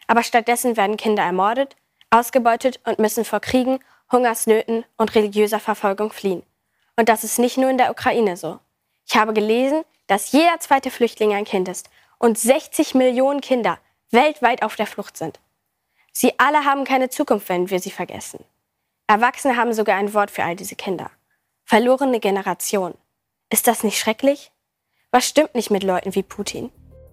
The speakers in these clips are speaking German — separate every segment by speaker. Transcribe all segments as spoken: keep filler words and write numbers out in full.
Speaker 1: Aber stattdessen werden Kinder ermordet, ausgebeutet und müssen vor Kriegen, Hungersnöten und religiöser Verfolgung fliehen. Und das ist nicht nur in der Ukraine so. Ich habe gelesen, dass jeder zweite Flüchtling ein Kind ist und sechzig Millionen Kinder weltweit auf der Flucht sind. Sie alle haben keine Zukunft, wenn wir sie vergessen. Erwachsene haben sogar ein Wort für all diese Kinder. Verlorene Generation. Ist das nicht schrecklich? Was stimmt nicht mit Leuten wie Putin?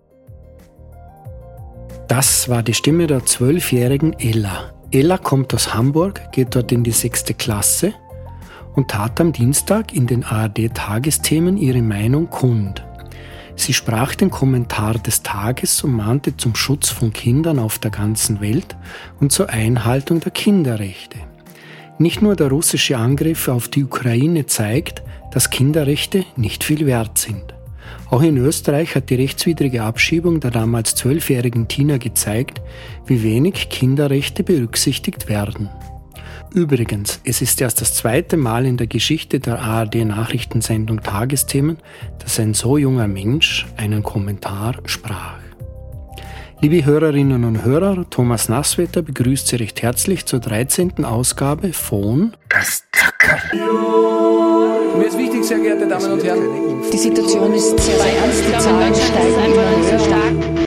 Speaker 2: Das war die Stimme der zwölfjährigen Ella. Ella kommt aus Hamburg, geht dort in die sechste Klasse und tat am Dienstag in den A R D-Tagesthemen ihre Meinung kund. Sie sprach den Kommentar des Tages und mahnte zum Schutz von Kindern auf der ganzen Welt und zur Einhaltung der Kinderrechte. Nicht nur der russische Angriff auf die Ukraine zeigt, dass Kinderrechte nicht viel wert sind. Auch in Österreich hat die rechtswidrige Abschiebung der damals zwölfjährigen Tina gezeigt, wie wenig Kinderrechte berücksichtigt werden. Übrigens, es ist erst das zweite Mal in der Geschichte der A R D-Nachrichtensendung Tagesthemen, dass ein so junger Mensch einen Kommentar sprach. Liebe Hörerinnen und Hörer, Thomas Nasswetter begrüßt Sie recht herzlich zur dreizehnten Ausgabe von Das Zackerl.
Speaker 3: Mir ist wichtig, sehr geehrte Damen und Herren,
Speaker 4: die Situation ist sehr, sehr ernst, die Zahlen steigen immer sehr stark.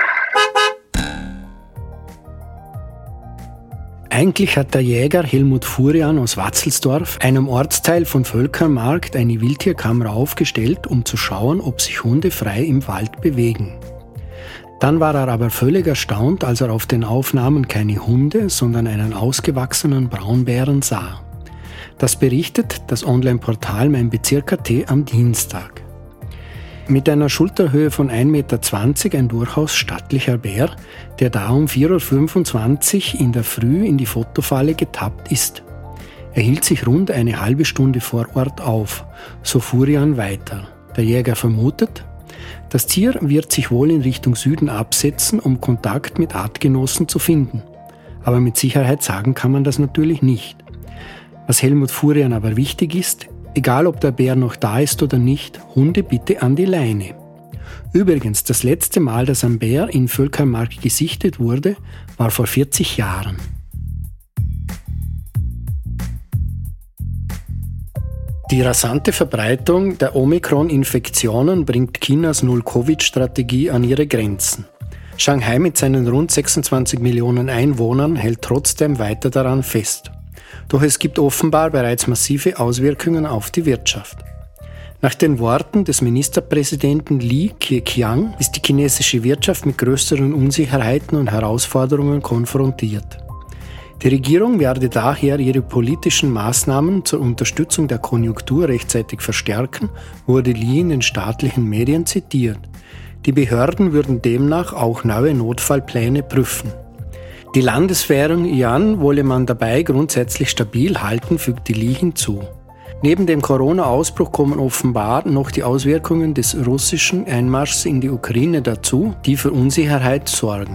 Speaker 2: Eigentlich hat der Jäger Helmut Furian aus Watzelsdorf einem Ortsteil von Völkermarkt eine Wildtierkamera aufgestellt, um zu schauen, ob sich Hunde frei im Wald bewegen. Dann war er aber völlig erstaunt, als er auf den Aufnahmen keine Hunde, sondern einen ausgewachsenen Braunbären sah. Das berichtet das Online-Portal Mein Bezirk punkt at am Dienstag. Mit einer Schulterhöhe von ein Meter zwanzig ein durchaus stattlicher Bär, der da um vier Uhr fünfundzwanzig in der Früh in die Fotofalle getappt ist. Er hielt sich rund eine halbe Stunde vor Ort auf, so Furian weiter. Der Jäger vermutet, das Tier wird sich wohl in Richtung Süden absetzen, um Kontakt mit Artgenossen zu finden. Aber mit Sicherheit sagen kann man das natürlich nicht. Was Helmut Furian aber wichtig ist, egal ob der Bär noch da ist oder nicht, Hunde bitte an die Leine. Übrigens, das letzte Mal, dass ein Bär in Völkermarkt gesichtet wurde, war vor vierzig Jahren. Die rasante Verbreitung der Omikron-Infektionen bringt Chinas Null-Covid-Strategie an ihre Grenzen. Shanghai mit seinen rund sechsundzwanzig Millionen Einwohnern hält trotzdem weiter daran fest. Doch es gibt offenbar bereits massive Auswirkungen auf die Wirtschaft. Nach den Worten des Ministerpräsidenten Li Keqiang ist die chinesische Wirtschaft mit größeren Unsicherheiten und Herausforderungen konfrontiert. Die Regierung werde daher ihre politischen Maßnahmen zur Unterstützung der Konjunktur rechtzeitig verstärken, wurde Li in den staatlichen Medien zitiert. Die Behörden würden demnach auch neue Notfallpläne prüfen. Die Landeswährung Yuan wolle man dabei grundsätzlich stabil halten, fügte Li hinzu. Neben dem Corona-Ausbruch kommen offenbar noch die Auswirkungen des russischen Einmarschs in die Ukraine dazu, die für Unsicherheit sorgen.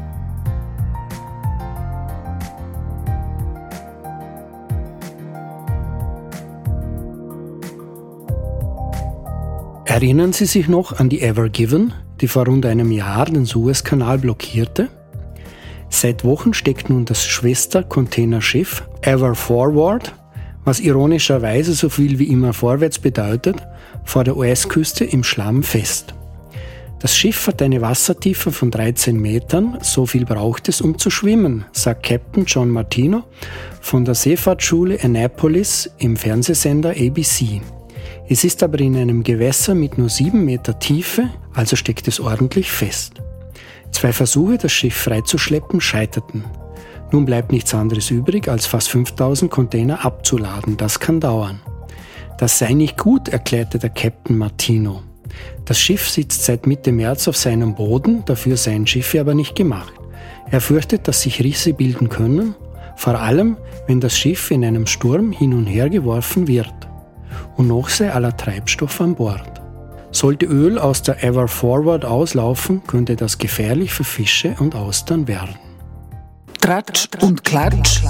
Speaker 2: Erinnern Sie sich noch an die Ever Given, die vor rund einem Jahr den Suezkanal blockierte? Seit Wochen steckt nun das Schwester-Containerschiff Ever Forward, was ironischerweise so viel wie immer vorwärts bedeutet, vor der U S-Küste im Schlamm fest. Das Schiff hat eine Wassertiefe von dreizehn Metern, so viel braucht es, um zu schwimmen, sagt Captain John Martino von der Seefahrtsschule Annapolis im Fernsehsender A B C. Es ist aber in einem Gewässer mit nur sieben Meter Tiefe, also steckt es ordentlich fest. Zwei Versuche, das Schiff freizuschleppen, scheiterten. Nun bleibt nichts anderes übrig, als fast fünftausend Container abzuladen. Das kann dauern. Das sei nicht gut, erklärte der Captain Martino. Das Schiff sitzt seit Mitte März auf seinem Boden, dafür seien Schiffe aber nicht gemacht. Er fürchtet, dass sich Risse bilden können, vor allem, wenn das Schiff in einem Sturm hin und her geworfen wird. Und noch sei aller Treibstoff an Bord. Sollte Öl aus der Ever Forward auslaufen, könnte das gefährlich für Fische und Austern werden.
Speaker 4: Tratsch und Klatsch.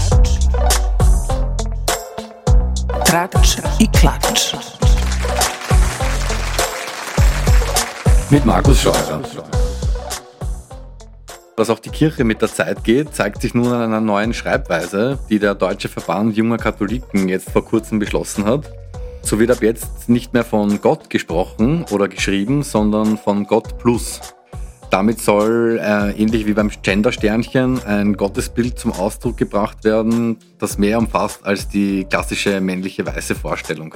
Speaker 4: Tratsch i Klatsch.
Speaker 3: Mit Markus Scheurer.
Speaker 5: Dass auch die Kirche mit der Zeit geht, zeigt sich nun an einer neuen Schreibweise, die der Deutsche Verband Junger Katholiken jetzt vor kurzem beschlossen hat. So wird ab jetzt nicht mehr von Gott gesprochen oder geschrieben, sondern von Gott plus. Damit soll, äh, ähnlich wie beim Gender-Sternchen, ein Gottesbild zum Ausdruck gebracht werden, das mehr umfasst als die klassische männliche weiße Vorstellung.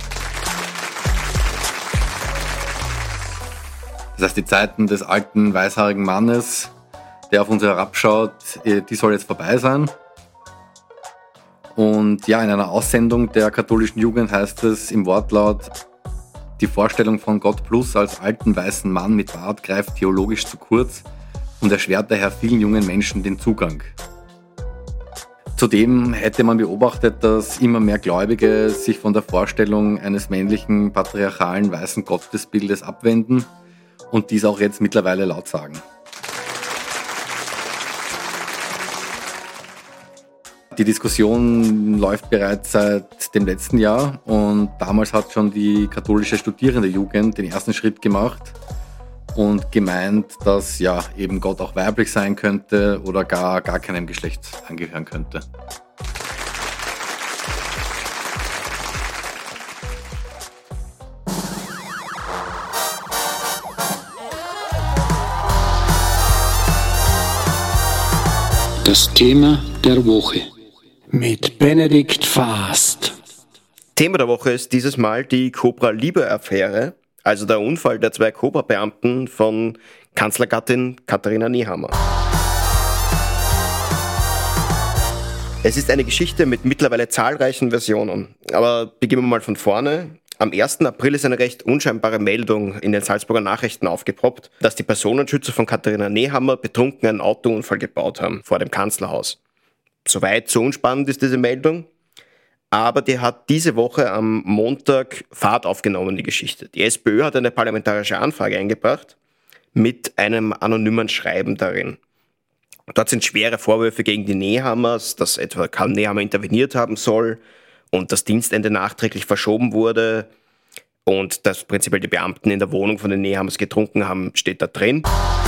Speaker 5: Das heißt, die Zeiten des alten weißhaarigen Mannes, der auf uns herabschaut, die soll jetzt vorbei sein. Und ja, in einer Aussendung der katholischen Jugend heißt es im Wortlaut, die Vorstellung von Gott plus als alten weißen Mann mit Bart greift theologisch zu kurz und erschwert daher vielen jungen Menschen den Zugang. Zudem hätte man beobachtet, dass immer mehr Gläubige sich von der Vorstellung eines männlichen, patriarchalen, weißen Gottesbildes abwenden und dies auch jetzt mittlerweile laut sagen. Die Diskussion läuft bereits seit dem letzten Jahr und damals hat schon die katholische Studierendejugend den ersten Schritt gemacht und gemeint, dass ja eben Gott auch weiblich sein könnte oder gar, gar keinem Geschlecht angehören könnte.
Speaker 2: Das Thema der Woche mit Benedikt Fast.
Speaker 6: Thema der Woche ist dieses Mal die Cobra-Liebe-Affäre, also der Unfall der zwei Cobra-Beamten von Kanzlergattin Katharina Nehammer. Es ist eine Geschichte mit mittlerweile zahlreichen Versionen, aber beginnen wir mal von vorne. Am ersten April ist eine recht unscheinbare Meldung in den Salzburger Nachrichten aufgepoppt, dass die Personenschützer von Katharina Nehammer betrunken einen Autounfall gebaut haben vor dem Kanzlerhaus. Soweit so unspannend ist diese Meldung, aber die hat diese Woche am Montag Fahrt aufgenommen, die Geschichte. Die SPÖ hat eine parlamentarische Anfrage eingebracht mit einem anonymen Schreiben darin. Dort sind schwere Vorwürfe gegen die Nehammers, dass etwa Karl Nehammer interveniert haben soll und das Dienstende nachträglich verschoben wurde und dass prinzipiell die Beamten in der Wohnung von den Nehammers getrunken haben, steht da drin.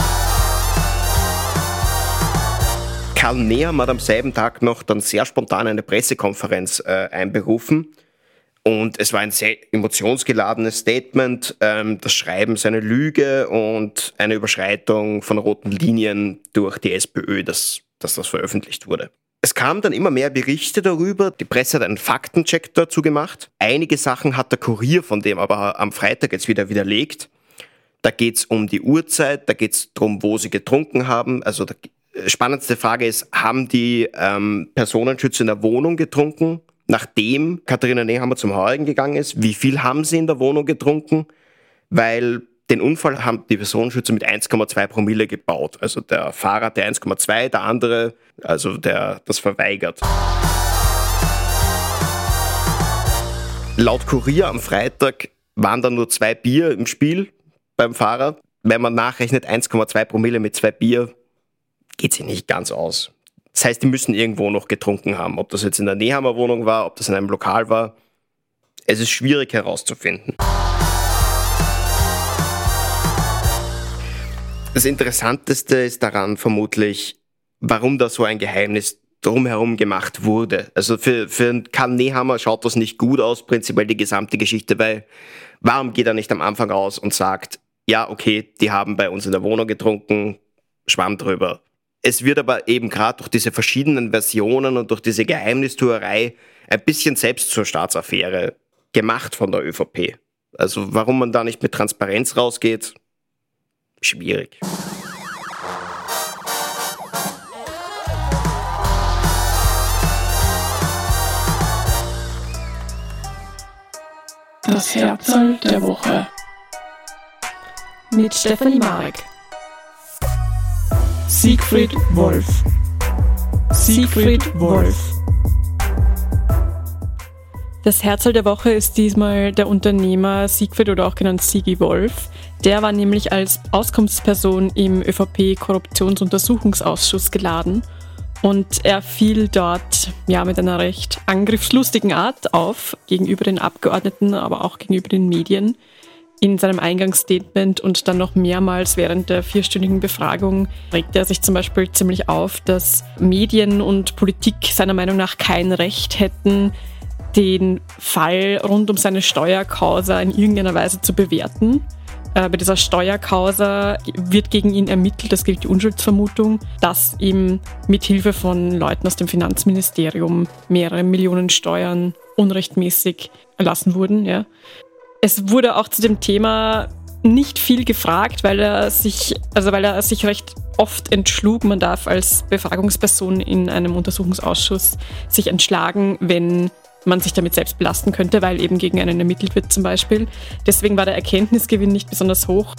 Speaker 6: Karl Nehammer hat am selben Tag noch dann sehr spontan eine Pressekonferenz äh, einberufen und es war ein sehr emotionsgeladenes Statement, ähm, das Schreiben seine Lüge und eine Überschreitung von roten Linien durch die SPÖ, dass, dass das veröffentlicht wurde. Es kamen dann immer mehr Berichte darüber, die Presse hat einen Faktencheck dazu gemacht. Einige Sachen hat der Kurier von dem aber am Freitag jetzt wieder widerlegt. Da geht es um die Uhrzeit, da geht es darum, wo sie getrunken haben. Also die spannendste Frage ist, haben die ähm, Personenschützer in der Wohnung getrunken, nachdem Katharina Nehammer zum Heurigen gegangen ist? Wie viel haben sie in der Wohnung getrunken? Weil den Unfall haben die Personenschützer mit eins Komma zwei Promille gebaut. Also der Fahrer der eins Komma zwei, der andere, also der das verweigert. Laut Kurier am Freitag waren dann nur zwei Bier im Spiel beim Fahrer. Wenn man nachrechnet, eins Komma zwei Promille mit zwei Bier, geht sich nicht ganz aus. Das heißt, die müssen irgendwo noch getrunken haben. Ob das jetzt in der Nehammer Wohnung war, ob das in einem Lokal war, es ist schwierig herauszufinden. Das Interessanteste ist daran vermutlich, warum da so ein Geheimnis drumherum gemacht wurde. Also für, für Karl Nehammer schaut das nicht gut aus, prinzipiell die gesamte Geschichte, weil warum geht er nicht am Anfang raus und sagt, ja, okay, die haben bei uns in der Wohnung getrunken, Schwamm drüber. Es wird aber eben gerade durch diese verschiedenen Versionen und durch diese Geheimnistuerei ein bisschen selbst zur Staatsaffäre gemacht von der ÖVP. Also warum man da nicht mit Transparenz rausgeht, schwierig.
Speaker 7: Das Herzl der Woche mit Stefanie Marek. Siegfried Wolf. Siegfried Wolf. Das Herzl der Woche ist diesmal der Unternehmer Siegfried oder auch genannt Sigi Wolf. Der war nämlich als Auskunftsperson im ÖVP-Korruptionsuntersuchungsausschuss geladen und er fiel dort ja mit einer recht angriffslustigen Art auf gegenüber den Abgeordneten, aber auch gegenüber den Medien. In seinem Eingangsstatement und dann noch mehrmals während der vierstündigen Befragung regte er sich zum Beispiel ziemlich auf, dass Medien und Politik seiner Meinung nach kein Recht hätten, den Fall rund um seine Steuercausa in irgendeiner Weise zu bewerten. Bei dieser Steuercausa wird gegen ihn ermittelt, das gilt die Unschuldsvermutung, dass ihm mit Hilfe von Leuten aus dem Finanzministerium mehrere Millionen Steuern unrechtmäßig erlassen wurden. Ja. Es wurde auch zu dem Thema nicht viel gefragt, weil er sich, also weil er sich recht oft entschlug. Man darf als Befragungsperson in einem Untersuchungsausschuss sich entschlagen, wenn man sich damit selbst belasten könnte, weil eben gegen einen ermittelt wird zum Beispiel. Deswegen war der Erkenntnisgewinn nicht besonders hoch.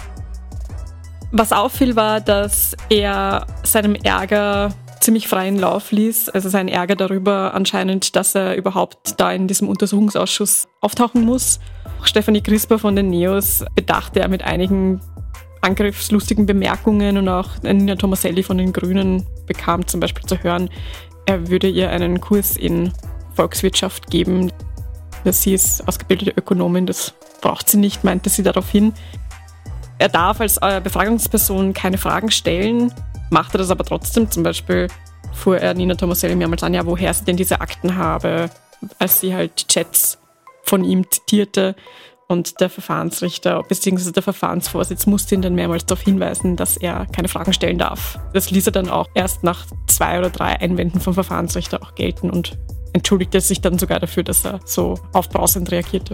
Speaker 7: Was auffiel, war, dass er seinem Ärger ziemlich freien Lauf ließ, also sein Ärger darüber anscheinend, dass er überhaupt da in diesem Untersuchungsausschuss auftauchen muss. Auch Stefanie Crisper von den Neos bedachte er mit einigen angriffslustigen Bemerkungen und auch Nina Tomaselli von den Grünen bekam zum Beispiel zu hören, er würde ihr einen Kurs in Volkswirtschaft geben. Sie ist ausgebildete Ökonomin, das braucht sie nicht, meinte sie daraufhin. Er darf als Befragungsperson keine Fragen stellen, machte das aber trotzdem. Zum Beispiel fuhr er Nina Tomaselli mehrmals an, ja, woher sie denn diese Akten habe, als sie halt Chats von ihm zitierte. Und der Verfahrensrichter bzw. der Verfahrensvorsitz musste ihn dann mehrmals darauf hinweisen, dass er keine Fragen stellen darf. Das ließ er dann auch erst nach zwei oder drei Einwänden vom Verfahrensrichter auch gelten und entschuldigte sich dann sogar dafür, dass er so aufbrausend reagierte.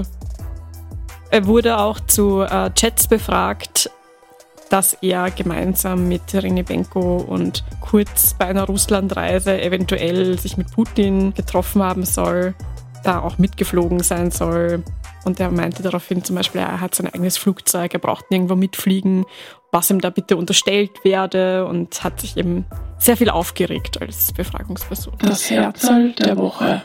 Speaker 7: Er wurde auch zu äh, Chats befragt, dass er gemeinsam mit René Benko und Kurz bei einer Russlandreise eventuell sich mit Putin getroffen haben soll, da auch mitgeflogen sein soll. Und er meinte daraufhin zum Beispiel, er hat sein eigenes Flugzeug, er braucht nirgendwo mitfliegen, was ihm da bitte unterstellt werde, und hat sich eben sehr viel aufgeregt als Befragungsperson.
Speaker 4: Das Herzl der Woche.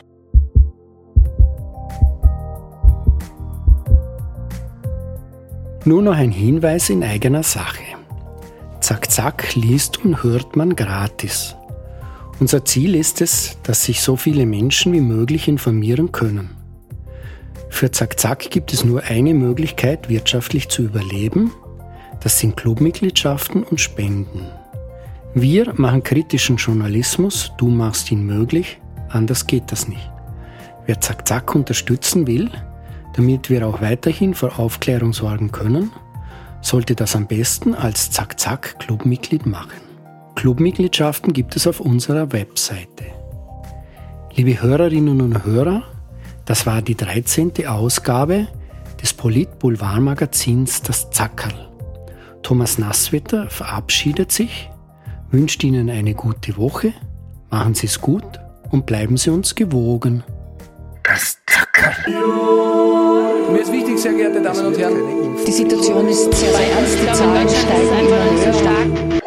Speaker 2: Nur noch ein Hinweis in eigener Sache. Zack Zack liest und hört man gratis. Unser Ziel ist es, dass sich so viele Menschen wie möglich informieren können. Für Zack Zack gibt es nur eine Möglichkeit, wirtschaftlich zu überleben. Das sind Clubmitgliedschaften und Spenden. Wir machen kritischen Journalismus, du machst ihn möglich, anders geht das nicht. Wer Zack Zack unterstützen will, damit wir auch weiterhin für Aufklärung sorgen können, sollte das am besten als Zack Zack Clubmitglied machen. Clubmitgliedschaften gibt es auf unserer Webseite. Liebe Hörerinnen und Hörer, das war die dreizehnte Ausgabe des Polit-Boulevard-Magazins Das Zackerl. Thomas Nasswetter verabschiedet sich, wünscht Ihnen eine gute Woche, machen Sie es gut und bleiben Sie uns gewogen. Das Zackerl.
Speaker 3: Mir ist wichtig, sehr geehrte Damen und Herren,
Speaker 4: Die Situation ist sehr, sehr ernst. Die Zahlen steigen immer höher.